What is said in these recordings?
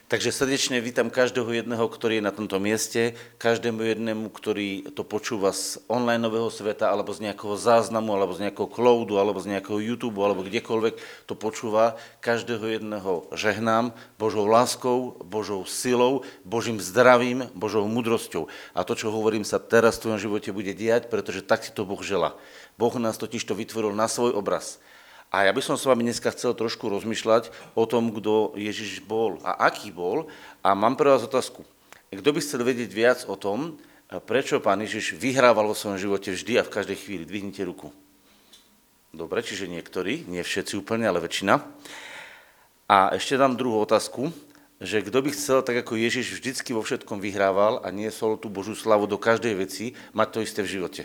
Takže srdečne vítam každého jedného, ktorý je na tomto mieste, každému jednému, ktorý to počúva z onlineového sveta, alebo z nejakého záznamu, alebo z nejakého cloudu, alebo z nejakého YouTube, alebo kdekoľvek to počúva. Každého jedného žehnám Božou láskou, Božou silou, Božím zdravím, Božou múdrosťou. A to, čo hovorím, sa teraz v tvojom živote bude diať, pretože tak si to Boh želá. Boh nás totiž to vytvoril na svoj obraz. A ja by som s vami dneska chcel trošku rozmýšľať o tom, kto Ježiš bol a aký bol. A mám pre vás otázku. Kto by chcel vedieť viac o tom, prečo Pán Ježiš vyhrával vo svojom živote vždy a v každej chvíli? Dvihnite ruku. Dobre, čiže niektorí, nie všetci úplne, ale väčšina. A ešte dám druhú otázku, že kto by chcel, tak ako Ježiš vždycky vo všetkom vyhrával a niesol tú Božú slavu do každej veci, mať to isté v živote?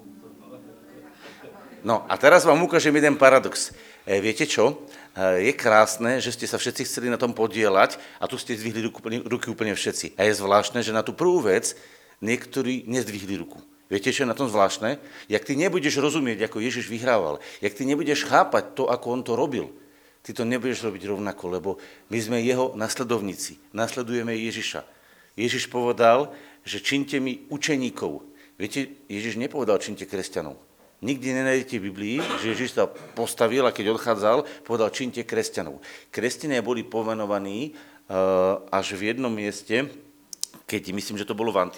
No a teraz vám ukážem jeden paradox. Viete čo? Je krásne, že ste sa všetci chceli na tom podieľať a tu ste zdvihli ruky úplne všetci. A je zvláštne, že na tú prvú vec niektorí nezdvihli ruku. Viete, čo je na tom zvláštne? Jak ty nebudeš rozumieť, ako Ježiš vyhrával, jak ty nebudeš chápať to, ako on to robil, ty to nebudeš robiť rovnako, lebo my sme jeho nasledovníci. Nasledujeme Ježiša. Ježiš povedal, že činte mi učeníkov. Viete, Ježiš nepovedal činte kresťanov. Nikdy nenájdete v Biblii, že Ježiš sa postavil a keď odchádzal, povedal činte kresťanov. Kresťania boli pomenovaní až v jednom mieste, keď myslím, že to bolo v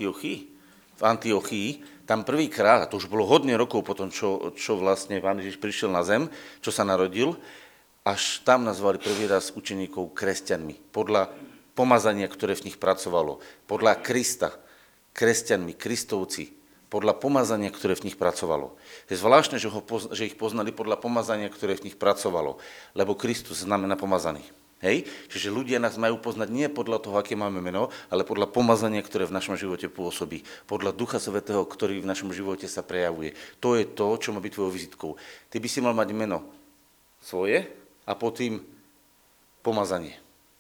Antiochii, tam prvýkrát, a to už bolo hodne rokov potom, čo vlastne Pán Ježiš prišiel na zem, čo sa narodil, až tam nazvali prvý raz učeníkov kresťanmi, podľa pomazania, ktoré v nich pracovalo, podľa Krista, kresťanmi, kristovci, podľa pomazania, ktoré v nich pracovalo. Je zvláštne, že ich poznali podľa pomazania, ktoré v nich pracovalo, lebo Kristus znamená pomazaný. Hej? Čiže ľudia nás majú poznať nie podľa toho, aké máme meno, ale podľa pomazania, ktoré v našom živote pôsobí. Podľa Ducha Svätého, ktorý v našom živote sa prejavuje. To je to, čo má byť tvojou vizitkou. Ty by si mal mať meno svoje a potom pomazanie.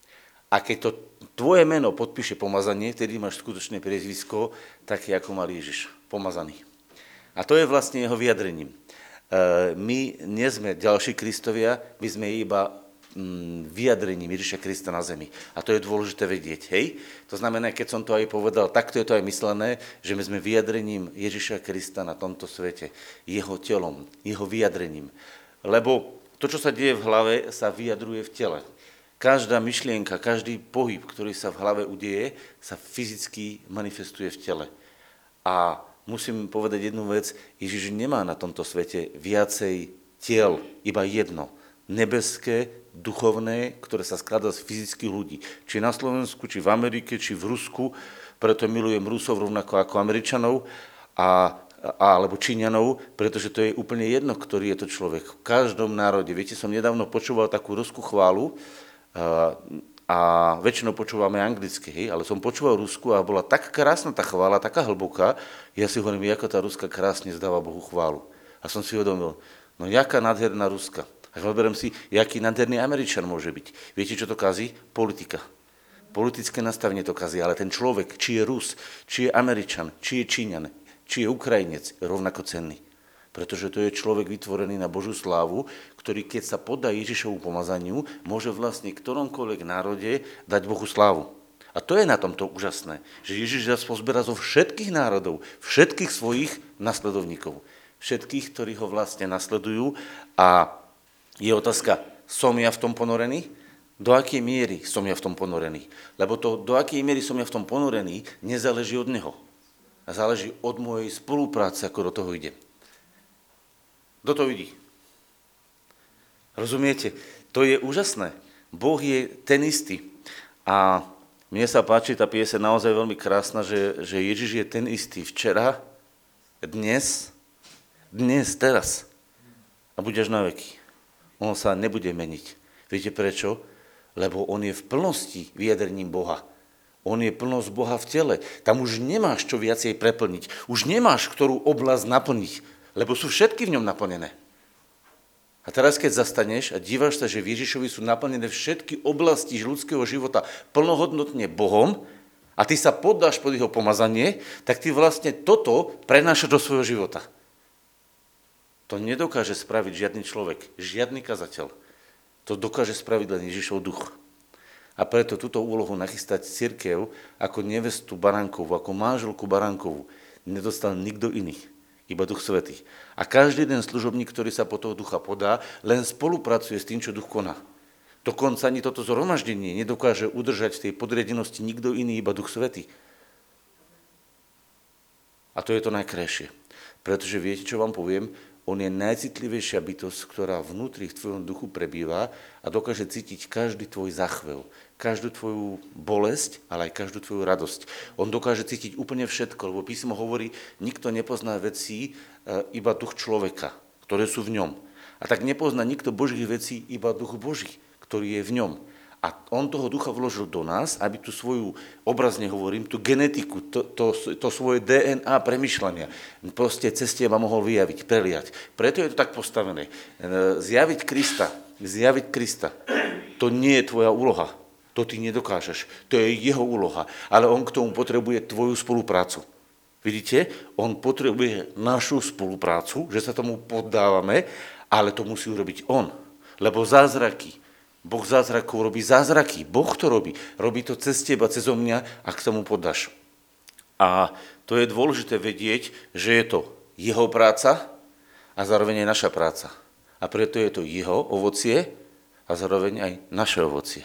A keď to tvoje meno podpíše pomazanie, vtedy máš skutočné priezvisko, také ako mal Ježiš, pomazaný. A to je vlastne jeho vyjadrením. My nie sme ďalší Kristovia, my sme iba vyjadrením Ježiša Krista na zemi. A to je dôležité vedieť, hej? To znamená, keď som to aj povedal, takto je to aj myslené, že my sme vyjadrením Ježiša Krista na tomto svete, jeho telom, jeho vyjadrením. Lebo to, čo sa deje v hlave, sa vyjadruje v tele. Každá myšlienka, každý pohyb, ktorý sa v hlave udeje, sa fyzicky manifestuje v tele. A musím povedať jednu vec, Ježiš nemá na tomto svete viacej tiel, iba jedno. Nebeské, duchovné, ktoré sa skladá z fyzických ľudí. Či na Slovensku, či v Amerike, či v Rusku, preto milujem Rusov rovnako ako Američanov, alebo Číňanov, pretože to je úplne jedno, ktorý je to človek. V každom národe. Viete, som nedávno počúval takú ruskú chválu, a väčšinou počúvame anglicky, hej? Ale som počúval Rusku a bola tak krásna tá chvála, taká hlboká, ja si hovorím, ako tá Ruska krásne zdáva Bohu chválu. A som si uvedomil, no jaká nádherná Ruska. A vyberiem si, jaký nádherný Američan môže byť. Viete, čo to kazí? Politika. Politické nastavenie to kazí, ale ten človek, či je Rus, či je Američan, či je Číňan, či je Ukrajinec, je rovnako cenný. Pretože to je človek vytvorený na Božú slávu, ktorý keď sa podá Ježišovu pomazaniu, môže vlastne ktoromkoľvek národe dať Bohu slávu. A to je na tomto úžasné, že Ježiš nás pozberá zo všetkých národov, všetkých svojich nasledovníkov, všetkých, ktorí ho vlastne nasledujú. A je otázka, som ja v tom ponorený? Do akej miery som ja v tom ponorený? Lebo to, do akej miery som ja v tom ponorený, nezáleží od neho. A záleží od mojej spolupráce, ako do toho ide. Kto to vidí? Rozumiete? To je úžasné. Boh je ten istý. A mne sa páči, tá pieseň naozaj veľmi krásna, že Ježiš je ten istý včera, dnes, teraz. A bude až na veky. On sa nebude meniť. Viete prečo? Lebo on je v plnosti vyjadrením Boha. On je plnosť Boha v tele. Tam už nemáš čo viacej preplniť. Už nemáš ktorú oblasť naplniť. Lebo sú všetky v ňom naplnené. A teraz, keď zastaneš a dívaš sa, že v Ježišovi sú naplnené všetky oblasti ľudského života plnohodnotne Bohom a ty sa poddáš pod jeho pomazanie, tak ty vlastne toto prenášaš do svojho života. To nedokáže spraviť žiadny človek, žiadny kazateľ. To dokáže spraviť len Ježišov duch. A A preto túto úlohu nachystať cirkev ako nevestu baránkovú, ako manželku baránkovú, nedostal nikto iný, iba Duch Svätý. A každý jeden služobník, ktorý sa po toho ducha podá, len spolupracuje s tým, čo duch koná. Dokonca ani toto zhromaždenie nedokáže udržať v tej podriadenosti nikto iný, iba Duch Svätý. A to je to najkrajšie. Pretože viete, čo vám poviem? On je najcitlivejšia bytosť, ktorá vnútri v tvojom duchu prebýva a dokáže cítiť každý tvoj zachvev, každú tvoju bolesť, ale aj každú tvoju radosť. On dokáže cítiť úplne všetko, lebo písmo hovorí, nikto nepozná veci, iba duch človeka, ktoré sú v ňom. A tak nepozná nikto Božích vecí, iba duch Boží, ktorý je v ňom. A on toho ducha vložil do nás, aby tú svoju, obrazne hovorím, tú genetiku, to svoje DNA premyšľania proste cez teba mohol vyjaviť, preliať. Preto je to tak postavené. Zjaviť Krista, to nie je tvoja úloha. To ty nedokážeš. To je jeho úloha. Ale on k tomu potrebuje tvoju spoluprácu. Vidíte? On potrebuje našu spoluprácu, že sa tomu poddávame, ale to musí urobiť on. Lebo zázraky, Boh zázrakov robí zázraky. Boh to robí. Robí to cez teba, cez mňa, ak sa mu poddáš. A to je dôležité vedieť, že je to jeho práca a zároveň aj naša práca. A preto je to jeho ovocie a zároveň aj naše ovocie.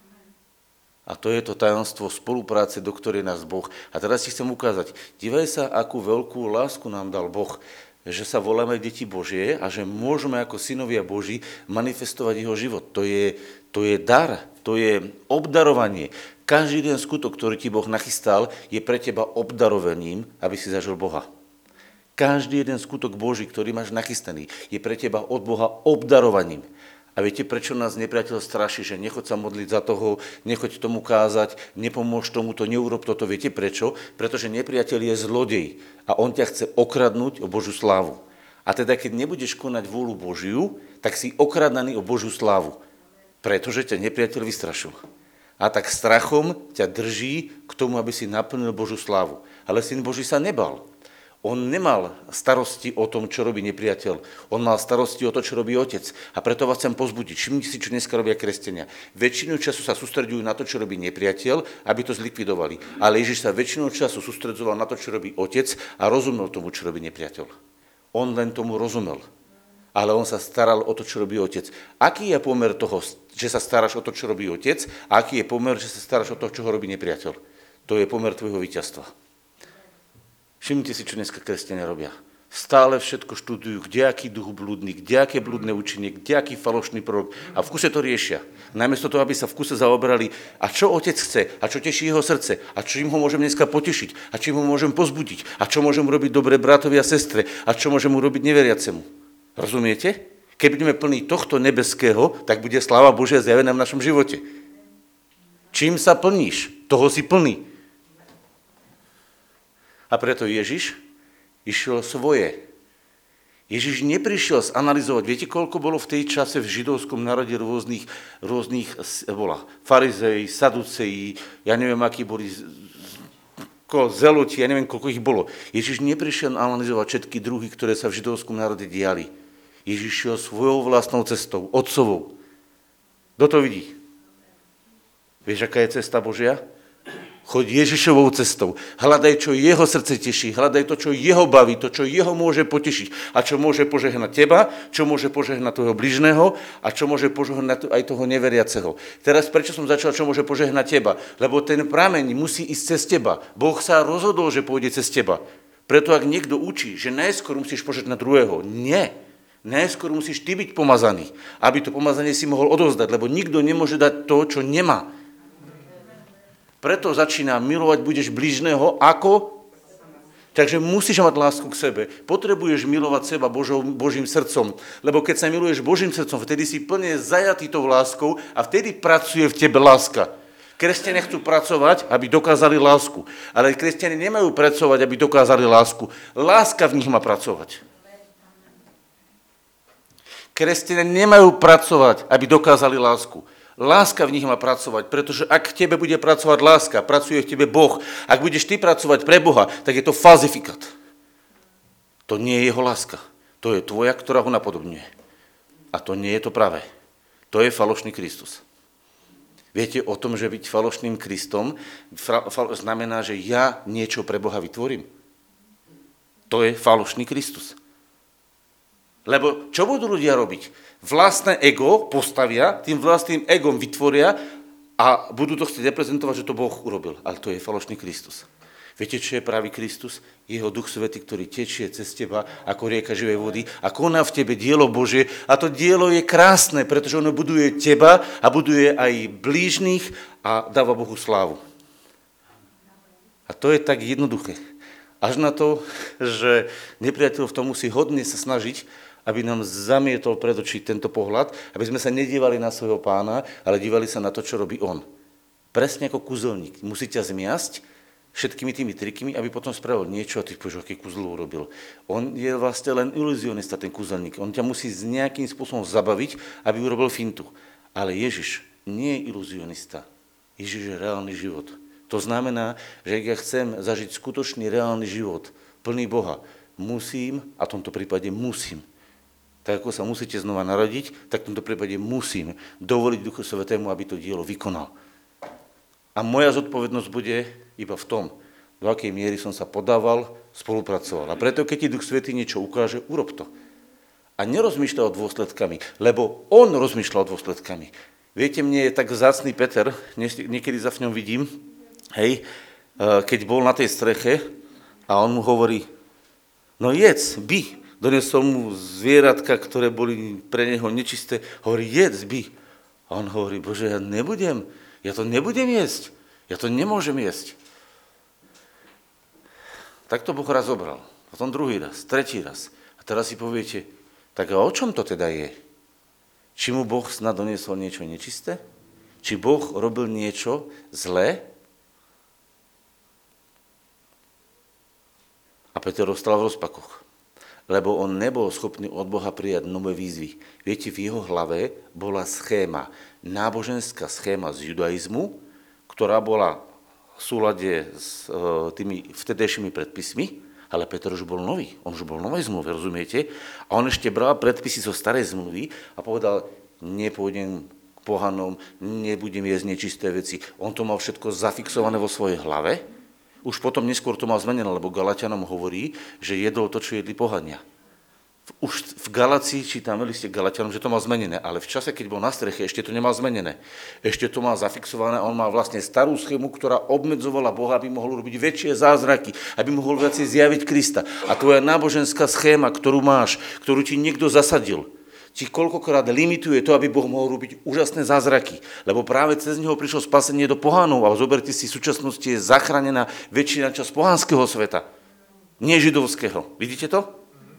A to je to tajomstvo spolupráce, do ktorej nás Boh. A teraz ti chcem ukázať. Dívaj sa, akú veľkú lásku nám dal Boh, že sa voláme deti Božie a že môžeme ako synovia Boží manifestovať jeho život. To je dar, to je obdarovanie. Každý jeden skutok, ktorý ti Boh nachystal, je pre teba obdarovaním, aby si zažil Boha. Každý jeden skutok Boží, ktorý máš nachystaný, je pre teba od Boha obdarovaním. A viete, prečo nás nepriateľ straší, že nechoď sa modliť za toho, nechoď tomu kázať, nepomôž tomuto, neurob toto. Viete prečo? Pretože nepriateľ je zlodej a on ťa chce okradnúť o Božiu slávu. A teda, keď nebudeš konať vôľu Božiu, tak si okradaný o Božiu slávu. Pretože ťa nepriateľ vystrašil. A tak strachom ťa drží k tomu, aby si naplnil Božiu slávu. Ale Syn Boží sa nebal. On nemal starosti o tom, čo robí nepriateľ. On mal starosti o to, čo robí Otec. A preto vás chcem pozbudiť. Všimnite si, čo dneska robia kresťania. Väčšinu času sa sústreďujú na to, čo robí nepriateľ, aby to zlikvidovali. Ale Ježiš sa väčšinu času sústredzoval na to, čo robí Otec a rozumel tomu, čo robí nepriateľ. On len tomu rozumel. Ale on sa staral o to, čo robí Otec. Aký je pomer toho, že sa staráš o to, čo robí Otec? A aký je pomer, že sa staráš o to, čo robí nepriateľ? To je pomer tvojho víťazstva. Všimnite si, čo dneska kresťania robia. Stále všetko študujú, kde aký duch blúdny, kde aké blúdne učenie, kde aký falošný prorok a v kuse to riešia. Namiesto toho, aby sa v kuse zaoberali, a čo Otec chce, a čo teší jeho srdce, a čím ho môžem dneska potešiť, a čím ho môžem pozbudiť, a čo môžem robiť dobre bratovi a sestre, a čo môžem urobiť neveriacemu. Rozumiete? Keď budeme plní tohto nebeského, tak bude sláva Božia zjavená v našom živote. Čím sa plníš, toho si plný. A preto Ježiš išiel svoje. Ježiš neprišiel zanalizovať, viete, koľko bolo v tej čase v židovskom národe rôznych farizei, saduceji, ja neviem, akí boli zeloti, ja neviem, koľko ich bolo. Ježiš neprišiel analyzovať všetky druhy, ktoré sa v židovskom národe diali. Ježiš šiel svojou vlastnou cestou, otcovou. Kto to vidí? Vieš, aká je cesta Božia? Choď Ježišovou cestou. Hľadaj, čo jeho srdce teší. Hľadaj to, čo jeho baví, to, čo jeho môže potešiť. A čo môže požehnať teba, čo môže požehnať tvojho bližného a čo môže požehnať aj toho neveriaceho. Teraz prečo som začal, čo môže požehnať teba? Lebo ten prameň musí ísť cez teba. Boh sa rozhodol, že pôjde cez teba. Preto ak niekto učí, že najskôr musíš požehnať druhého, nie. Najskôr musíš ty byť pomazaný, aby to pomazanie si mohol odovzdať, lebo nikto nemôže dať to, čo nemá. Preto začína milovať budeš blížneho ako? Takže musíš mať lásku k sebe. Potrebuješ milovať seba Božím srdcom. Lebo keď sa miluješ Božím srdcom, vtedy si plne zajatý tou láskou a vtedy pracuje v tebe láska. Kresťania chcú pracovať, aby dokázali lásku. Ale kresťania nemajú pracovať, aby dokázali lásku. Láska v nich má pracovať. Kresťania nemajú pracovať, aby dokázali lásku. Láska v nich má pracovať, pretože ak v tebe bude pracovať láska, pracuje v tebe Boh. Ak budeš ty pracovať pre Boha, tak je to falzifikát. To nie je jeho láska. To je tvoja, ktorá ho napodobňuje. A to nie je to pravé. To je falošný Kristus. Viete o tom, že byť falošným Kristom znamená, že ja niečo pre Boha vytvorím. To je falošný Kristus. Lebo čo budú ľudia robiť? Vlastné ego postavia, tým vlastným egom vytvoria a budú to chcieť reprezentovať, že to Boh urobil. Ale to je falošný Kristus. Viete, čo je pravý Kristus? Jeho Duch Svätý, ktorý tečie cez teba ako rieka živej vody a koná v tebe dielo Božie. A to dielo je krásne, pretože ono buduje teba a buduje aj blížnych a dáva Bohu slávu. A to je tak jednoduché. Až na to, že nepriateľ v tom musí hodne sa snažiť, aby nám zamietol pred oči tento pohľad, aby sme sa nedívali na svojho pána, ale dívali sa na to, čo robí on. Presne ako kúzelník. Musí ťa zmiasť všetkými tými trikmi, aby potom spravil niečo a ty povieš, aký kúzlo urobil. On je vlastne len iluzionista, ten kúzelník. On ťa musí s nejakým spôsobom zabaviť, aby urobil fintu. Ale Ježiš nie je iluzionista. Ježiš je reálny život. To znamená, že ak ja chcem zažiť skutočný reálny život, plný Boha, musím, a v tomto prípade musím, tak ako sa musíte znova narodiť, tak v tomto prípade musím dovoliť Duchu Svätému, aby to dielo vykonal. A moja zodpovednosť bude iba v tom, do akej miery som sa podával, spolupracoval. A preto, keď ti Duch Svätý niečo ukáže, urob to. A nerozmýšľaj o dôsledkami, lebo on rozmýšľa o dôsledkami. Viete, mne je tak vzácny Peter, niekedy za v ňom vidím, hej, keď bol na tej streche a on mu hovorí, no jedz, by. Donesol mu zvieratka, ktoré boli pre neho nečisté. Hovorí, jedz, by. A on hovorí, Bože, ja to nebudem jesť. Ja to nemôžem jesť. Tak to Boh raz zobral. Potom druhý raz, tretí raz. A teraz si poviete, tak a o čom to teda je? Či mu Boh snad doniesol niečo nečisté? Či Boh robil niečo zlé? A Peter ostal v rozpakoch. Lebo on nebol schopný od Boha prijať nové výzvy. Viete, v jeho hlave bola schéma, náboženská schéma z judaizmu, ktorá bola v súlade s tými vtedejšími predpismi, ale Peter už bol nový, on už bol v novej zmluve, rozumiete? A on ešte bral predpisy zo starej zmluvy a povedal, nepôjdem k pohanom, nebudem jesť nečisté veci. On to mal všetko zafixované vo svojej hlave. Už potom neskôr to mal zmenené, lebo Galatianom hovorí, že jedol to, čo jedli pohania. Už v Galácii čítame liste Galatianom, že to mal zmenené, ale v čase, keď bol na streche, ešte to nemal zmenené. Ešte to mal zafixované, on mal vlastne starú schému, ktorá obmedzovala Boha, aby mohol robiť väčšie zázraky, aby mohol viacej zjaviť Krista. A tvoja náboženská schéma, ktorú máš, ktorú ti niekto zasadil, ti koľkokrát limituje to, aby Boh mohol robiť úžasné zázraky. Lebo práve cez neho prišlo spasenie do pohánov a zoberte si, v súčasnosti je zachránená väčšina časť pohánskeho sveta, nie židovského. Vidíte to?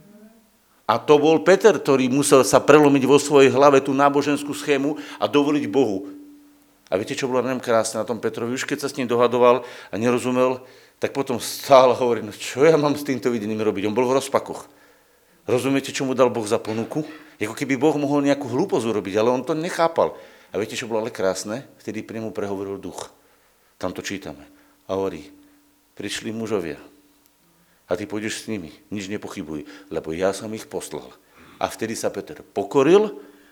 A to bol Peter, ktorý musel sa prelomiť vo svojej hlave tú náboženskú schému a dovoliť Bohu. A viete, čo bolo nám krásne na tom Petrovi? Už keď sa s ním dohadoval a nerozumel, tak potom stál a hovorí, no čo ja mám s týmto videním robiť? On bol v rozpakoch. Rozumiete, čo mu dal Boh za ponuku? Ako keby Boh mohol nejakú hlúposť urobiť, ale on to nechápal. A viete, čo bolo ale krásne? Vtedy pri nemu prehovoril duch. Tam to čítame. A hovorí, prišli mužovia. A ty pôjdeš s nimi, nič nepochybuj, lebo ja som ich poslal. A vtedy sa Peter pokoril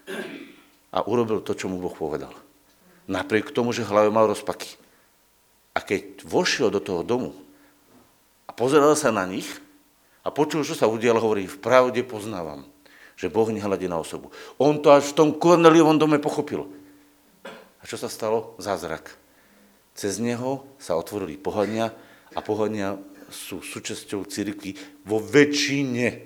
a urobil to, čo mu Boh povedal. Napriek tomu, že v hlave mal rozpaky. A keď vošiel do toho domu a pozeral sa na nich a počul, čo sa udialo, hovorí, v pravde poznávam, že Boh nehľadí na osobu. On to až v tom Korneliovom dome pochopil. A čo sa stalo? Zázrak. Cez neho sa otvorili pohania a pohania sú súčasťou cirkvi vo väčšine.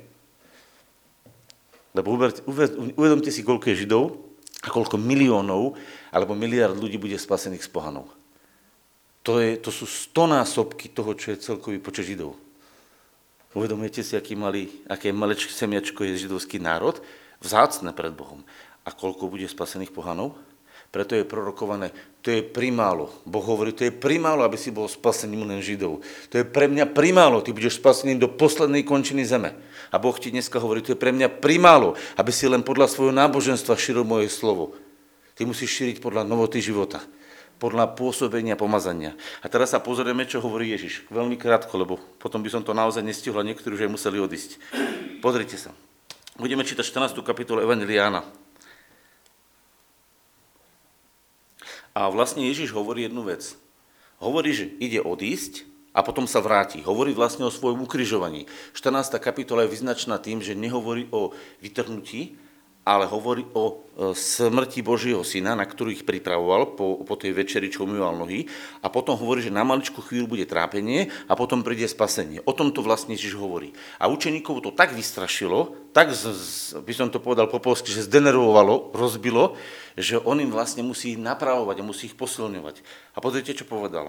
Lebo uvedomte si, koľko je Židov a koľko miliónov alebo miliard ľudí bude spasených z pohanov. To sú 100-násobky toho, čo je celkový počet Židov. Uvedomujete si, aké maličké semiačko je židovský národ? Vzácne pred Bohom. A koľko bude spasených pohanov? Preto je prorokované, to je primálo. Boh hovorí, to je primálo, aby si bol spasením len Židov. To je pre mňa primálo, ty budeš spasený do poslednej končiny zeme. A Boh ti dneska hovorí, to je pre mňa primálo, aby si len podľa svojho náboženstva šíril moje slovo. Ty musíš šíriť podľa novoty života, podľa pôsobenia, pomazania. A teraz sa pozrieme, čo hovorí Ježiš. Veľmi krátko, lebo potom by som to naozaj nestihol a niektorí už aj museli odísť. Pozrite sa. Budeme čítať 14. kapitolu Evanjelia Jána. A vlastne Ježiš hovorí jednu vec. Hovorí, že ide odísť a potom sa vráti. Hovorí vlastne o svojom ukrižovaní. 14. kapitola je vyznačená tým, že nehovorí o vytrhnutí, ale hovorí o smrti Božieho syna, na ktorú ich pripravoval po tej večeri, čo umýval nohy. A potom hovorí, že na maličkú chvíľu bude trápenie a potom príde spasenie. O tom to vlastne Ježiš hovorí. A učeníkov to tak vystrašilo, tak, by som to povedal po polsky, že zdenervovalo, rozbilo, že on im vlastne musí ich napravovať a musí ich posilňovať. A pozrite, čo povedal.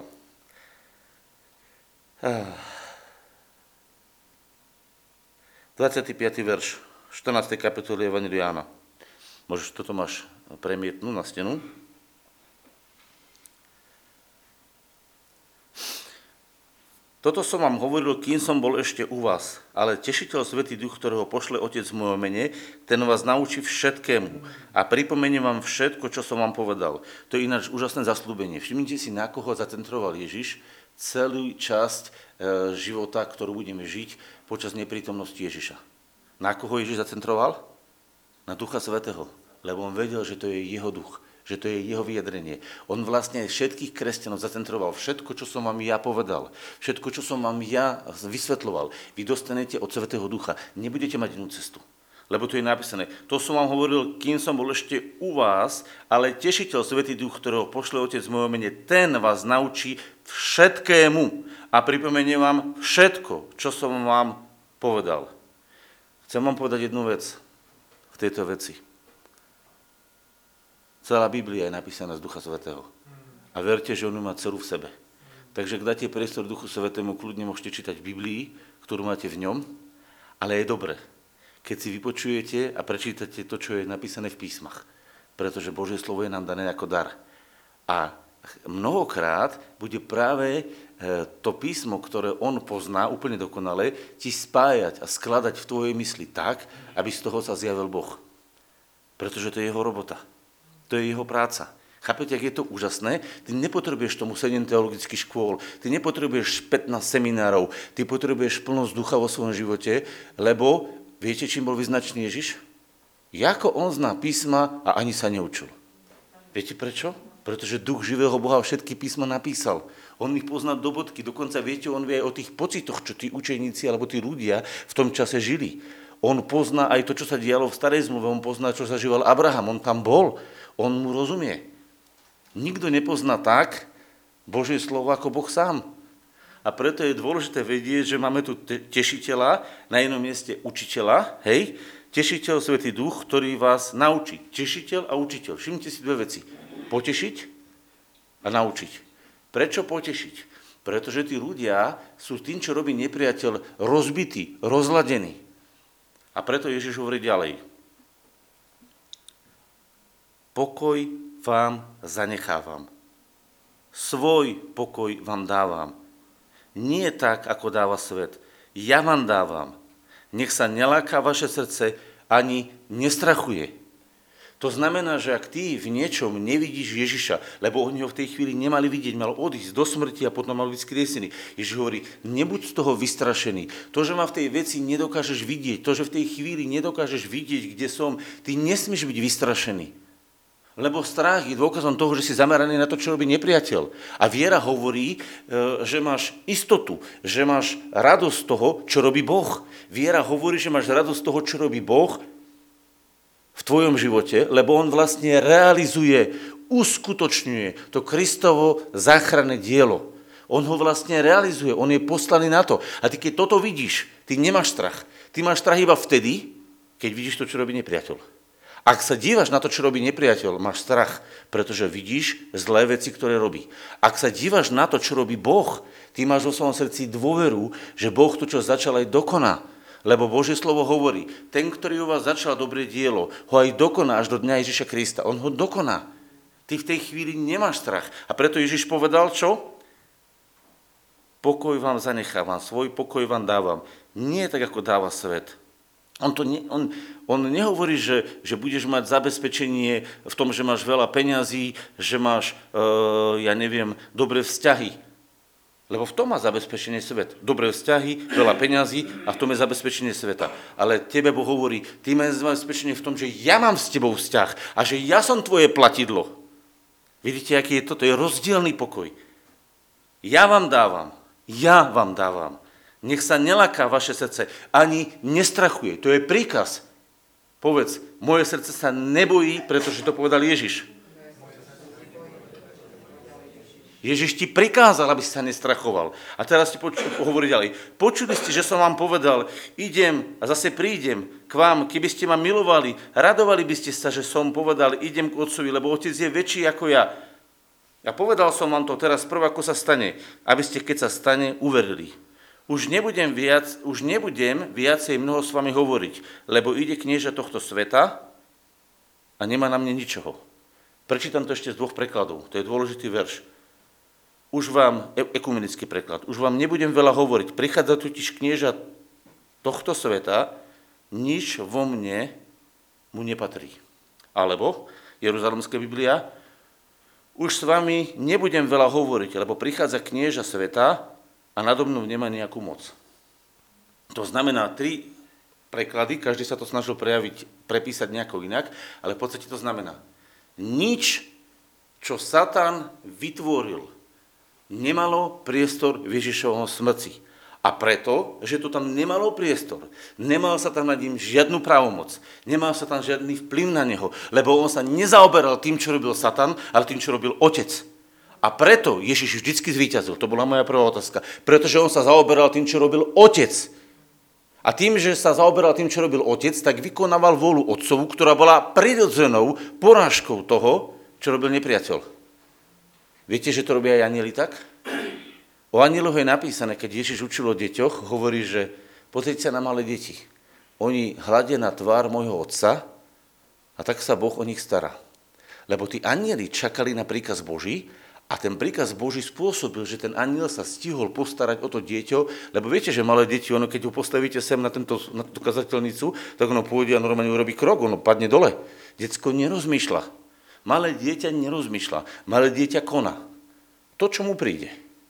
25. verš 14. kapitoly Evanjelia Jána. Môžeš, toto máš premietnúť na stenu. Toto som vám hovoril, kým som bol ešte u vás, ale Tešiteľ Svätý Duch, ktorého pošle Otec v mojom mene, ten vás naučí všetkému a pripomeniem vám všetko, čo som vám povedal. To je ináč úžasné zasľúbenie. Všimnite si, na koho zacentroval Ježiš celú časť života, ktorú budeme žiť počas neprítomnosti Ježiša. Na koho Ježiš zacentroval? Na Ducha Svätého, lebo on vedel, že to je jeho duch, že to je jeho vyjadrenie. On vlastne všetkých kresťanov zacentroval. Všetko, čo som vám ja povedal, všetko, čo som vám ja vysvetľoval, vy dostanete od Svätého Ducha. Nebudete mať inú cestu, lebo tu je napísané, to som vám hovoril, kým som bol ešte u vás, ale Tešiteľ Svätý Duch, ktorého pošle Otec v mojom mene, ten vás naučí všetkému a pripomeniem vám všetko, čo som vám povedal. Chcem vám povedať jednu vec v tejto veci. Celá Biblia je napísaná z Ducha Svätého. A verte, že on má celú v sebe. Takže ak dáte priestor Duchu Svätému, kľudne môžete čítať v Biblii, ktorú máte v ňom, ale je dobre, keď si vypočujete a prečítate to, čo je napísané v písmach. Pretože Božie slovo je nám dané ako dar. A mnohokrát bude práve to písmo, ktoré on pozná úplne dokonale, ti spájať a skladať v tvojej mysli tak, aby z toho sa zjavil Boh. Pretože to je jeho robota. To je jeho práca. Chápete, ak je to úžasné? Ty nepotrebuješ tomu 7 teologických škôl, ty nepotrebuješ 15 seminárov, ty potrebuješ plnosť ducha vo svojom živote, lebo viete, čím bol vyznačený Ježiš? Jako on zná písma a ani sa neučil. Viete prečo? Pretože duch živého Boha všetky písma napísal. On ich pozná do bodky, dokonca viete, on vie aj o tých pocitoch, čo tí učeníci alebo tí ľudia v tom čase žili. On pozná aj to, čo sa dialo v starej zmluve, on pozná, čo zažíval Abraham, on tam bol, on mu rozumie. Nikto nepozná tak Božie slovo ako Boh sám. A preto je dôležité vedieť, že máme tu tešiteľa, na jednom mieste učiteľa, hej, Tešiteľ Svätý Duch, ktorý vás naučí. Tešiteľ a učiteľ. Všimnite si dve veci. Potešiť a naučiť. Prečo potešiť? Pretože tí ľudia sú tým, čo robí nepriateľ, rozbití, rozladení. A preto Ježiš hovorí ďalej. Pokoj vám zanechávam. Svoj pokoj vám dávam. Nie tak, ako dáva svet. Ja vám dávam. Nech sa neláka vaše srdce, ani nestrachuje. To znamená, že ak ty v niečom nevidíš Ježiša, lebo oni ho v tej chvíli nemali vidieť, mal odísť do smrti a potom mal byť skriesený. Ježiš hovorí, nebuď z toho vystrašený. To, že ma v tej veci nedokážeš vidieť, to, že v tej chvíli nedokážeš vidieť, kde som, ty nesmieš byť vystrašený. Lebo strach je dôkazom toho, že si zameraný na to, čo robí nepriateľ. A viera hovorí, že máš istotu, že máš radosť z toho, čo robí Boh. Viera hovorí, že máš radosť z toho, čo robí Boh v tvojom živote, lebo on vlastne realizuje, uskutočňuje to Kristovo záchranné dielo. On ho vlastne realizuje, on je poslaný na to. A ty keď toto vidíš, ty nemáš strach. Ty máš strach iba vtedy, keď vidíš to, čo robí nepriateľ. Ak sa dívaš na to, čo robí nepriateľ, máš strach, pretože vidíš zlé veci, ktoré robí. Ak sa dívaš na to, čo robí Boh, ty máš vo svojom srdci dôveru, že Boh to, čo začal, aj dokoná. Lebo Božie slovo hovorí, ten, ktorý u vás začal dobré dielo, ho aj dokoná až do dňa Ježiša Krista. On ho dokoná. Ty v tej chvíli nemáš strach. A preto Ježiš povedal čo? Pokoj vám zanechávam, svoj pokoj vám dávam. Nie tak, ako dáva svet. On nehovorí, že budeš mať zabezpečenie v tom, že máš veľa peňazí, že máš, dobré vzťahy. Lebo v tom má zabezpečenie svet. Dobré vzťahy, veľa peňazí a v tom je zabezpečenie sveta. Ale tebe Boh hovorí, ty máš zabezpečenie v tom, že ja mám s tebou vzťah a že ja som tvoje platidlo. Vidíte, aký je to? To je rozdielný pokoj. Ja vám dávam. Nech sa nelaká vaše srdce, ani nestrachuje. To je príkaz. Povedz, moje srdce sa nebojí, pretože to povedal Ježiš. Ježiš ti prikázal, aby si sa nestrachoval. A teraz ti hovorí ďalej. Počuli ste, že som vám povedal, idem a zase prídem k vám, keby ste ma milovali, radovali by ste sa, že som povedal, idem k Otcovi, lebo Otec je väčší ako ja. A povedal som vám to teraz prv, ako sa stane, aby ste, keď sa stane, uverili. Už nebudem viacej mnoho s vami hovoriť, lebo ide knieža tohto sveta a nemá na mne ničoho. Prečítam to ešte z 2 prekladov, to je dôležitý verš. Už vám, ekumenický preklad, už vám nebudem veľa hovoriť. Prichádza totiž knieža tohto sveta, nič vo mne mu nepatrí. Alebo, Jeruzalemská Biblia, už s vami nebudem veľa hovoriť, lebo prichádza knieža sveta a nado mnou nemá nejakú moc. To znamená 3 preklady, každý sa to snažil prepísať nejako inak, ale v podstate to znamená nič, čo Satan vytvoril, nemalo priestor v Ježišovom smrti. A preto, že to tam nemalo priestor, nemal sa tam nad ním žiadnu právomoc, nemal sa tam žiadny vplyv na neho, lebo on sa nezaoberal tým, čo robil Satan, ale tým, čo robil Otec. A preto Ježiš vždycky zvíťazil. To bola moja prvá otázka. Pretože on sa zaoberal tým, čo robil Otec. A tým, že sa zaoberal tým, čo robil Otec, tak vykonával vôľu Otcovu, ktorá bola prirodzenou porážkou toho, čo robil nepriateľ. Viete, že to robia aj anjeli tak? O anjeloch je napísané, keď Ježiš učil o deťoch, hovorí, že pozrite sa na malé deti. Oni hľadia na tvár môjho Otca a tak sa Boh o nich stará. Lebo tí anjeli čakali na príkaz Boží a ten príkaz Boží spôsobil, že ten anjel sa stihol postarať o to dieťa, lebo viete, že malé deti, ono, keď ho postavíte sem na túto kazateľnicu, tak ono pôjde a normálne urobí krok, ono padne dole. Decko nerozmýšľa. Malé dieťa nerozmýšľa, malé dieťa koná. To, čo mu príde.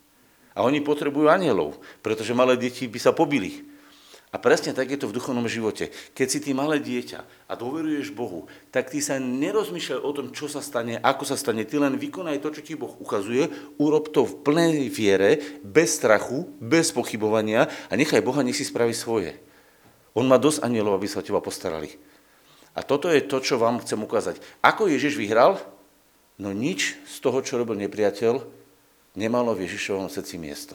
A oni potrebujú anjelov, pretože malé deti by sa pobili. A presne tak je to v duchovnom živote. Keď si ty malé dieťa a dôveruješ Bohu, tak ty sa nerozmýšľaj o tom, čo sa stane, ako sa stane. Ty len vykonaj to, čo ti Boh ukazuje, urob to v plnej viere, bez strachu, bez pochybovania a nechaj Boha, nech si spraví svoje. On má dosť anjelov, aby sa o teba postarali. A toto je to, čo vám chcem ukázať. Ako Ježiš vyhral? No nič z toho, čo robil nepriateľ, nemalo v Ježišovom srdci miesto.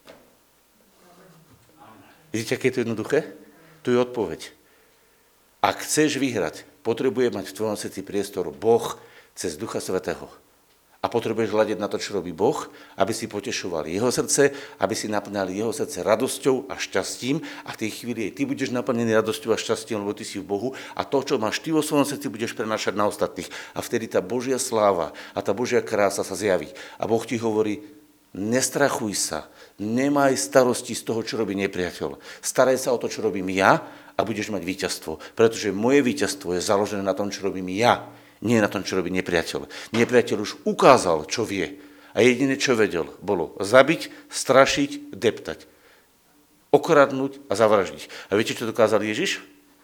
Vidíte, aké je to jednoduché? Tu je odpoveď. Ak chceš vyhrať, potrebuje mať v tvojom srdci priestor Boh cez Ducha Svätého. A potrebuješ hľadiť na to, čo robí Boh, aby si potešoval jeho srdce, aby si naplňal jeho srdce radosťou a šťastím a v tej chvíli ty budeš naplnený radosťou a šťastím, lebo ty si v Bohu a to, čo máš ty vo svojom srdci, budeš prenášať na ostatných. A vtedy tá Božia sláva a tá Božia krása sa zjaví. A Boh ti hovorí, nestrachuj sa, nemaj starosti z toho, čo robí nepriateľ. Staraj sa o to, čo robím ja a budeš mať víťazstvo, pretože moje víťazstvo je založené na tom, čo robím ja. Nie na tom, čo robí nepriateľ. Nepriateľ už ukázal, čo vie. A jediné, čo vedel, bolo zabiť, strašiť, deptať. Okradnúť a zavraždiť. A viete, čo dokázal Ježiš?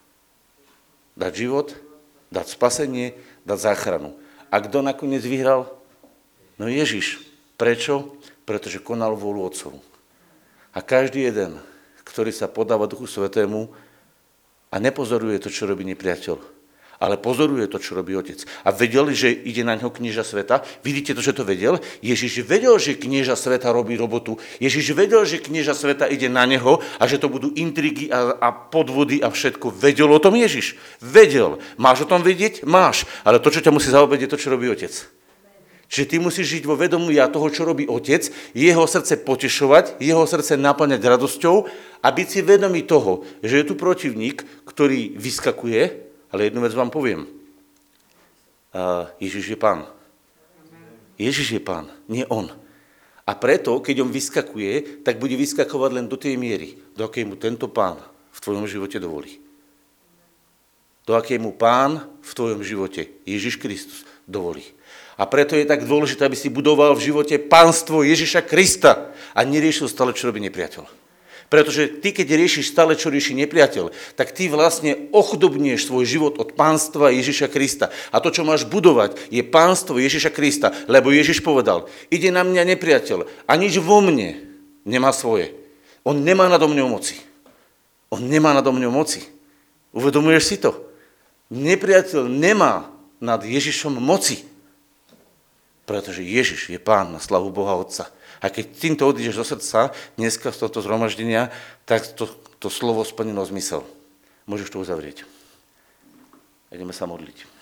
Dať život, dať spasenie, dať záchranu. A kto nakoniec vyhral? No Ježiš. Prečo? Pretože konal vôľu Otcovu. A každý jeden, ktorý sa podáva Duchu Svätému a nepozoruje to, čo robí nepriateľ, ale pozoruje to, čo robí Otec. A vedel, že ide na ňo knieža sveta. Vidíte to, že to vedel? Ježiš vedel, že knieža sveta robí robotu. Ježiš vedel, že knieža sveta ide na neho a že to budú intrigy a podvody a všetko. Vedel o tom Ježiš. Vedel. Máš o tom vedieť? Máš. Ale to, čo ťa musí zaoberať, je to, čo robí Otec. Čiže ty musíš žiť vo vedomí toho, čo robí Otec, jeho srdce potešovať, jeho srdce naplňať radosťou a byť si vedomý toho, že je tu protivník, ktorý vyskakuje. Ale jednu vec vám poviem. Ježiš je Pán. Ježiš je Pán, nie on. A preto, keď on vyskakuje, tak bude vyskakovať len do tej miery, do akej mu tento Pán v tvojom živote dovolí. Do akej mu Pán v tvojom živote, Ježiš Kristus, dovolí. A preto je tak dôležité, aby si budoval v živote pánstvo Ježiša Krista a neriešil stále, čo robí nepriateľ. Pretože ty, keď riešiš stále, čo rieši nepriateľ, tak ty vlastne ochudobnieš svoj život od pánstva Ježiša Krista. A to, čo máš budovať, je pánstvo Ježiša Krista, lebo Ježiš povedal, ide na mňa nepriateľ a nič vo mne nemá svoje. On nemá nado mňou moci. On nemá nado mňou moci. Uvedomuješ si to? Nepriateľ nemá nad Ježišom moci. Pretože Ježiš je Pán na slavu Boha Otca. A keď týmto odídeš do srdca, dneska z tohto zhromaždenia, tak to slovo splnilo zmysel. Môžeš to uzavrieť. Ideme sa modliť.